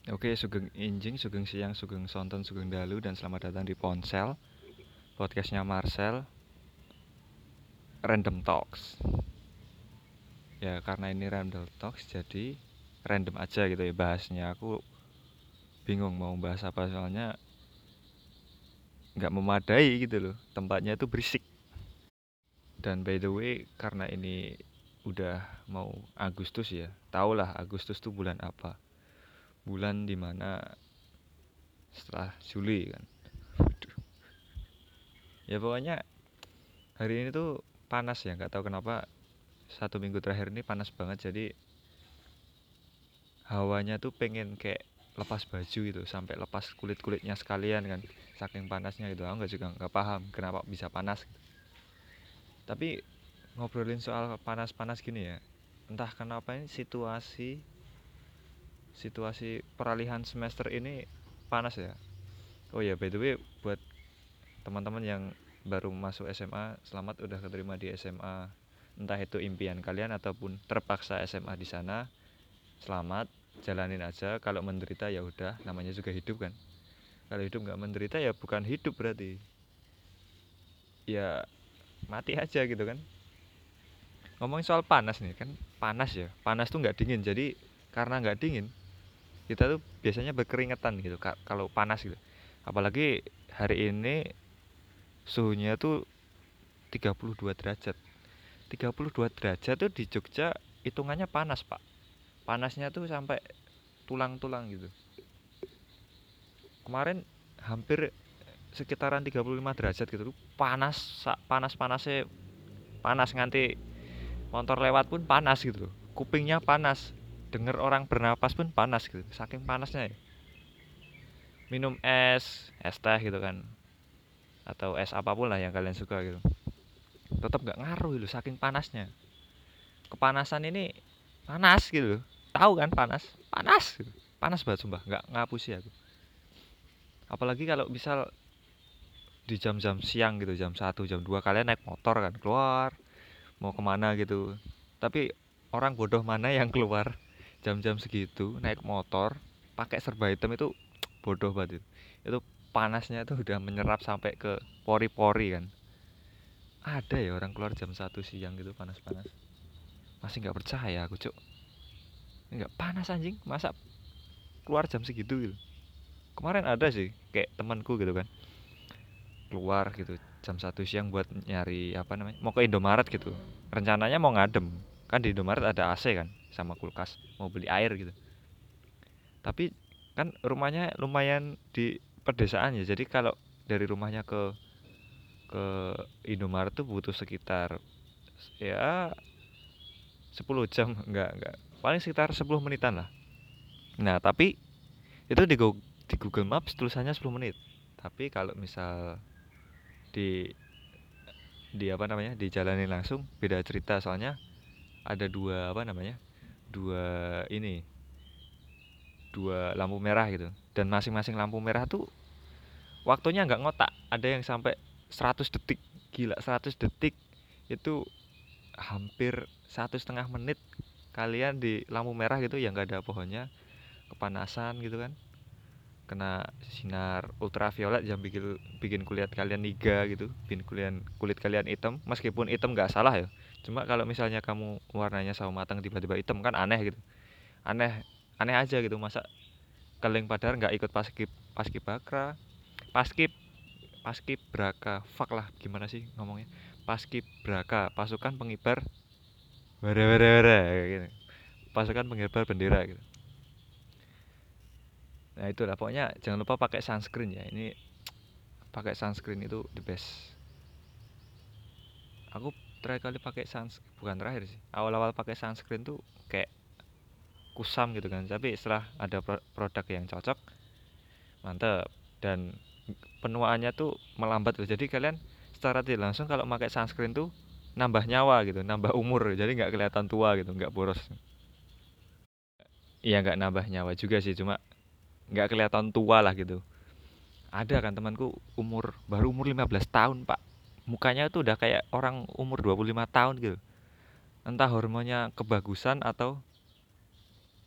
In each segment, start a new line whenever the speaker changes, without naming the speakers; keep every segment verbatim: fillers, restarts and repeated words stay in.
Oke, sugeng injing, sugeng siang, sugeng sonten, sugeng dalu, dan selamat datang di Ponsel, podcastnya Marcel, Random Talks. Ya, karena ini Random Talks, jadi random aja gitu ya bahasnya. Aku bingung mau bahas apa soalnya nggak memadai gitu loh. Tempatnya itu berisik. Dan by the way, karena ini udah mau Agustus ya, tau lah Agustus tuh bulan apa? Bulan dimana setelah Juli kan. Ya pokoknya hari ini tuh panas ya, nggak tahu kenapa satu minggu terakhir ini panas banget, jadi hawanya tuh pengen kayak lepas baju gitu, sampai lepas kulit kulitnya sekalian kan, saking panasnya gitu. Aku nggak juga nggak paham kenapa bisa panas gitu. Tapi ngobrolin soal panas-panas gini ya, entah kenapa ini situasi situasi peralihan semester ini panas ya. Oh ya, by the way, buat teman-teman yang baru masuk S M A, selamat udah keterima di S M A. Entah itu impian kalian ataupun terpaksa S M A di sana, selamat, jalanin aja. Kalau menderita ya udah, namanya juga hidup kan. Kalau hidup nggak menderita ya bukan hidup berarti, ya mati aja gitu kan. Ngomongin soal panas nih kan, panas ya, panas tuh nggak dingin, jadi karena nggak dingin kita tuh biasanya berkeringetan gitu kalau panas gitu. Apalagi hari ini suhunya tuh tiga puluh dua derajat. Tiga puluh dua derajat tuh di Jogja hitungannya panas pak. Panasnya tuh sampai tulang-tulang gitu. Kemarin hampir sekitaran tiga puluh lima derajat gitu, panas, panas panasnya, panas nganti motor lewat pun panas gitu, kupingnya panas, denger orang bernapas pun panas gitu, saking panasnya ya. Minum es es teh gitu kan, atau es apapun lah yang kalian suka gitu, tetap nggak ngaruh gitu, saking panasnya. Kepanasan ini panas gitu, tahu kan, panas panas gitu. Panas banget sumpah, nggak ngapusi aku. Apalagi kalau misal di jam-jam siang gitu, jam satu jam dua kalian naik motor kan, keluar mau kemana gitu. Tapi orang bodoh mana yang keluar jam-jam segitu naik motor pakai serba hitam itu, bodoh banget itu. Itu panasnya tuh udah menyerap sampai ke pori-pori kan. Ada ya orang keluar jam satu siang gitu panas-panas. Masih nggak percaya aku, Cuk. Nggak panas anjing, masa keluar jam segitu gitu. Kemarin ada sih kayak temanku gitu kan, keluar gitu jam satu siang buat nyari apa namanya, mau ke Indomaret gitu, rencananya mau ngadem kan, di Indomaret ada A C kan sama kulkas, mau beli air gitu. Tapi kan rumahnya lumayan di pedesaan ya, jadi kalau dari rumahnya ke ke Indomaret tuh butuh sekitar ya sepuluh jam, enggak enggak paling sekitar sepuluh menitan lah. Nah tapi itu di, Go- di Google Maps tulisannya sepuluh menit, tapi kalau misal di di apa namanya dijalani langsung beda cerita, soalnya ada dua apa namanya, dua ini, dua lampu merah gitu, dan masing-masing lampu merah tuh waktunya nggak ngotak, ada yang sampai seratus detik. Gila, seratus detik itu hampir satu setengah menit kalian di lampu merah gitu, yang nggak ada pohonnya, kepanasan gitu kan, kena sinar ultraviolet yang bikin bikin kulit kalian niga gitu, bikin kulit kulit kalian hitam. Meskipun hitam nggak salah ya, cuma kalau misalnya kamu warnanya sawo matang tiba-tiba hitam kan aneh gitu, aneh, aneh aja gitu. Masa keling padahal nggak ikut paskib paskib bakra, paskib paskib braka, fuck lah gimana sih ngomongnya, paskib braka, pasukan pengibar wara wara wara kayak gitu, pasukan pengibar bendera gitu. Nah itulah pokoknya, jangan lupa pakai sunscreen ya, ini pakai sunscreen itu the best. Aku terakhir kali pakai sans bukan terakhir sih, awal-awal pakai sunscreen tuh kayak kusam gitu kan, tapi setelah ada pro- produk yang cocok, mantep. Dan penuaannya tuh melambat loh, jadi kalian secara tidak langsung kalau pakai sunscreen tuh nambah nyawa gitu, nambah umur, jadi nggak kelihatan tua gitu, nggak boros. Iya, nggak nambah nyawa juga sih, cuma nggak kelihatan tua lah gitu. Ada kan temanku umur baru umur lima belas tahun pak, mukanya tuh udah kayak orang umur dua puluh lima tahun gitu. Entah hormonnya kebagusan atau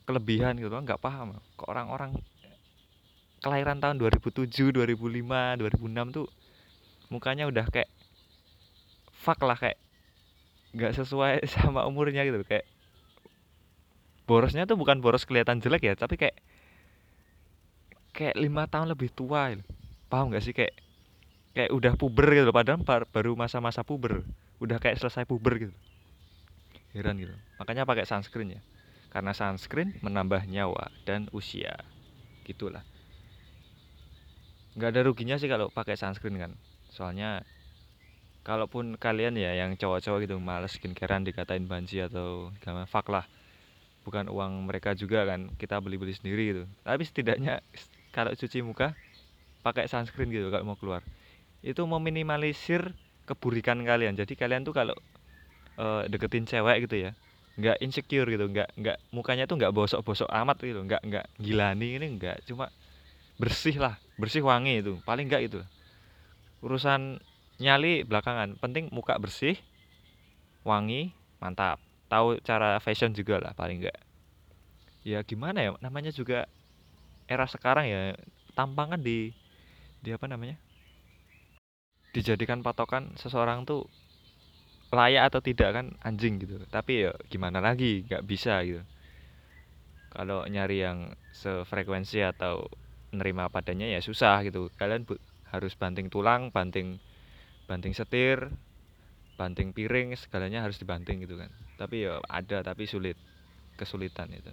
kelebihan gitu kan, nggak paham kok orang-orang kelahiran tahun dua ribu tujuh, dua ribu lima, dua ribu enam tuh mukanya udah kayak fuck lah, kayak nggak sesuai sama umurnya gitu, kayak borosnya tuh bukan boros kelihatan jelek ya, tapi kayak kayak lima tahun lebih tua gitu. Paham nggak sih, kayak kayak udah puber gitu loh, padahal bar- baru masa-masa puber, udah kayak selesai puber gitu. Heran gitu. Makanya pakai sunscreen ya. Karena sunscreen menambah nyawa dan usia. Gitulah. Nggak ada ruginya sih kalau pakai sunscreen kan. Soalnya kalaupun kalian ya yang cowok-cowok gitu males skincarean dikatain banci atau gimana, fuck lah. Bukan uang mereka juga kan. Kita beli-beli sendiri gitu. Tapi setidaknya kalau cuci muka pakai sunscreen gitu kalau mau keluar. Itu meminimalisir keburikan kalian. Jadi kalian tuh kalau eh, deketin cewek gitu ya, nggak insecure gitu, nggak nggak mukanya tuh nggak bosok-bosok amat gitu, nggak nggak gilani, ini nggak, cuma bersih lah, bersih wangi, itu paling nggak itu. Urusan nyali belakangan, penting muka bersih, wangi, mantap. Tahu cara fashion juga lah paling nggak. Ya gimana ya, namanya juga era sekarang ya, tampangan di di apa namanya, dijadikan patokan seseorang tuh layak atau tidak kan, anjing gitu. Tapi ya gimana lagi, nggak bisa gitu. Kalau nyari yang sefrekuensi atau nerima padanya ya susah gitu. Kalian bu- harus banting tulang, banting banting setir, banting piring, segalanya harus dibanting gitu kan. Tapi ya ada, tapi sulit, kesulitan itu.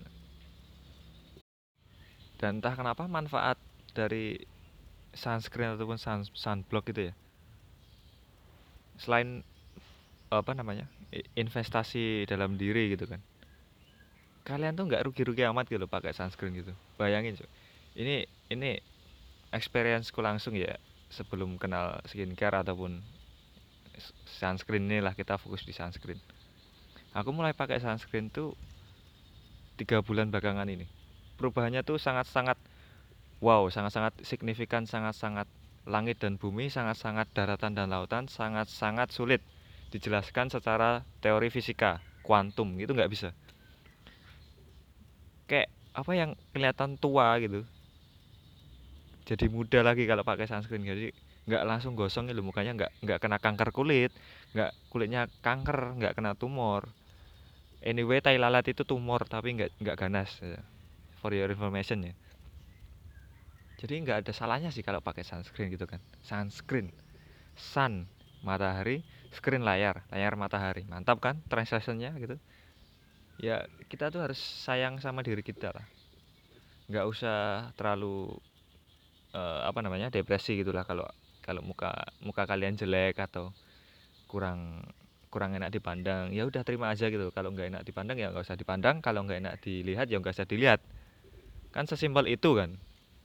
Dan entah kenapa manfaat dari sunscreen ataupun sun, sunblock gitu ya, selain apa namanya, investasi dalam diri gitu kan, kalian tuh nggak rugi-rugi amat gitu pakai sunscreen gitu. Bayangin cuy, ini ini experienceku langsung ya, sebelum kenal skincare ataupun sunscreen, inilah kita fokus di sunscreen. Aku mulai pakai sunscreen tuh tiga bulan belakangan ini. Perubahannya tuh sangat-sangat wow, sangat-sangat signifikan, sangat-sangat langit dan bumi, sangat-sangat daratan dan lautan, sangat-sangat sulit dijelaskan secara teori fisika kuantum, gitu nggak bisa. Kayak apa yang kelihatan tua gitu, jadi muda lagi kalau pakai sunscreen. Jadi nggak langsung gosong gitu mukanya, nggak nggak kena kanker kulit, nggak kulitnya kanker, nggak kena tumor. Anyway, tai lalat itu tumor tapi nggak nggak ganas ya. For your information ya. Jadi nggak ada salahnya sih kalau pakai sunscreen gitu kan. Sunscreen, sun matahari, screen layar, layar matahari. Mantap kan translationnya gitu. Ya kita tuh harus sayang sama diri kita lah. Nggak usah terlalu eh, apa namanya, depresi gitulah kalau kalau muka muka kalian jelek atau kurang kurang enak dipandang. Ya udah terima aja gitu. Kalau nggak enak dipandang ya nggak usah dipandang, kalau nggak enak dilihat ya nggak usah dilihat. Kan sesimpel itu kan.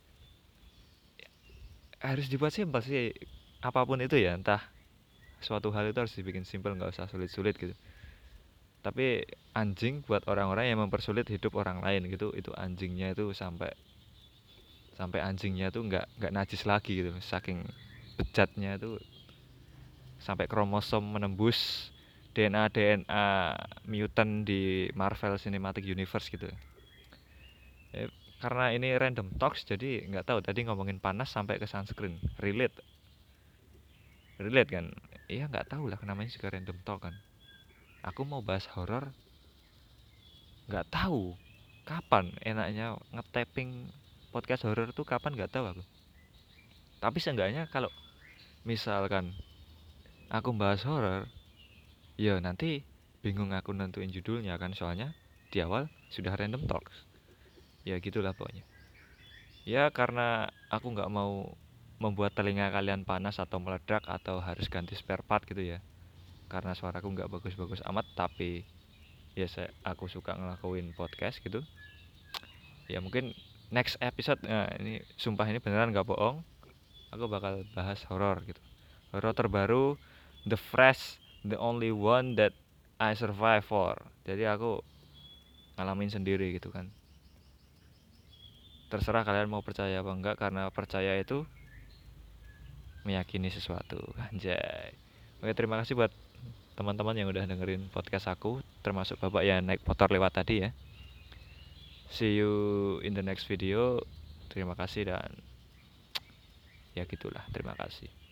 Harus dibuat simpel sih apapun itu ya, entah suatu hal itu harus dibikin simpel, nggak usah sulit-sulit gitu. Tapi anjing buat orang-orang yang mempersulit hidup orang lain gitu, itu anjingnya itu sampai sampai anjingnya tuh nggak nggak najis lagi gitu, saking bejatnya itu, sampai kromosom menembus D N A D N A mutant di Marvel Cinematic Universe gitu. Eh, karena ini random talks jadi nggak tahu, tadi ngomongin panas sampai ke sunscreen, relate relate kan. Iya nggak tahu lah, namanya juga random talk kan. Aku mau bahas horor, nggak tahu kapan enaknya nge-tapping podcast horor tuh, kapan nggak tahu aku. Tapi seenggaknya kalau misalkan aku bahas horor, ya nanti bingung aku nentuin judulnya kan, soalnya di awal sudah random talk. Ya gitulah pokoknya. Ya karena aku nggak mau membuat telinga kalian panas atau meledak atau harus ganti spare part gitu ya. Karena suaraku nggak bagus-bagus amat, tapi ya saya aku suka ngelakuin podcast gitu. Ya mungkin next episode, nah ini sumpah ini beneran nggak bohong, aku bakal bahas horor gitu. Horor terbaru, the fresh, the only one that I survive for. Jadi aku ngalamin sendiri gitu kan. Terserah kalian mau percaya apa enggak, karena percaya itu meyakini sesuatu. Anjay. Oke, terima kasih buat teman-teman yang udah dengerin podcast aku, termasuk bapak yang naik motor lewat tadi ya. See you in the next video. Terima kasih dan ya gitulah. Terima kasih.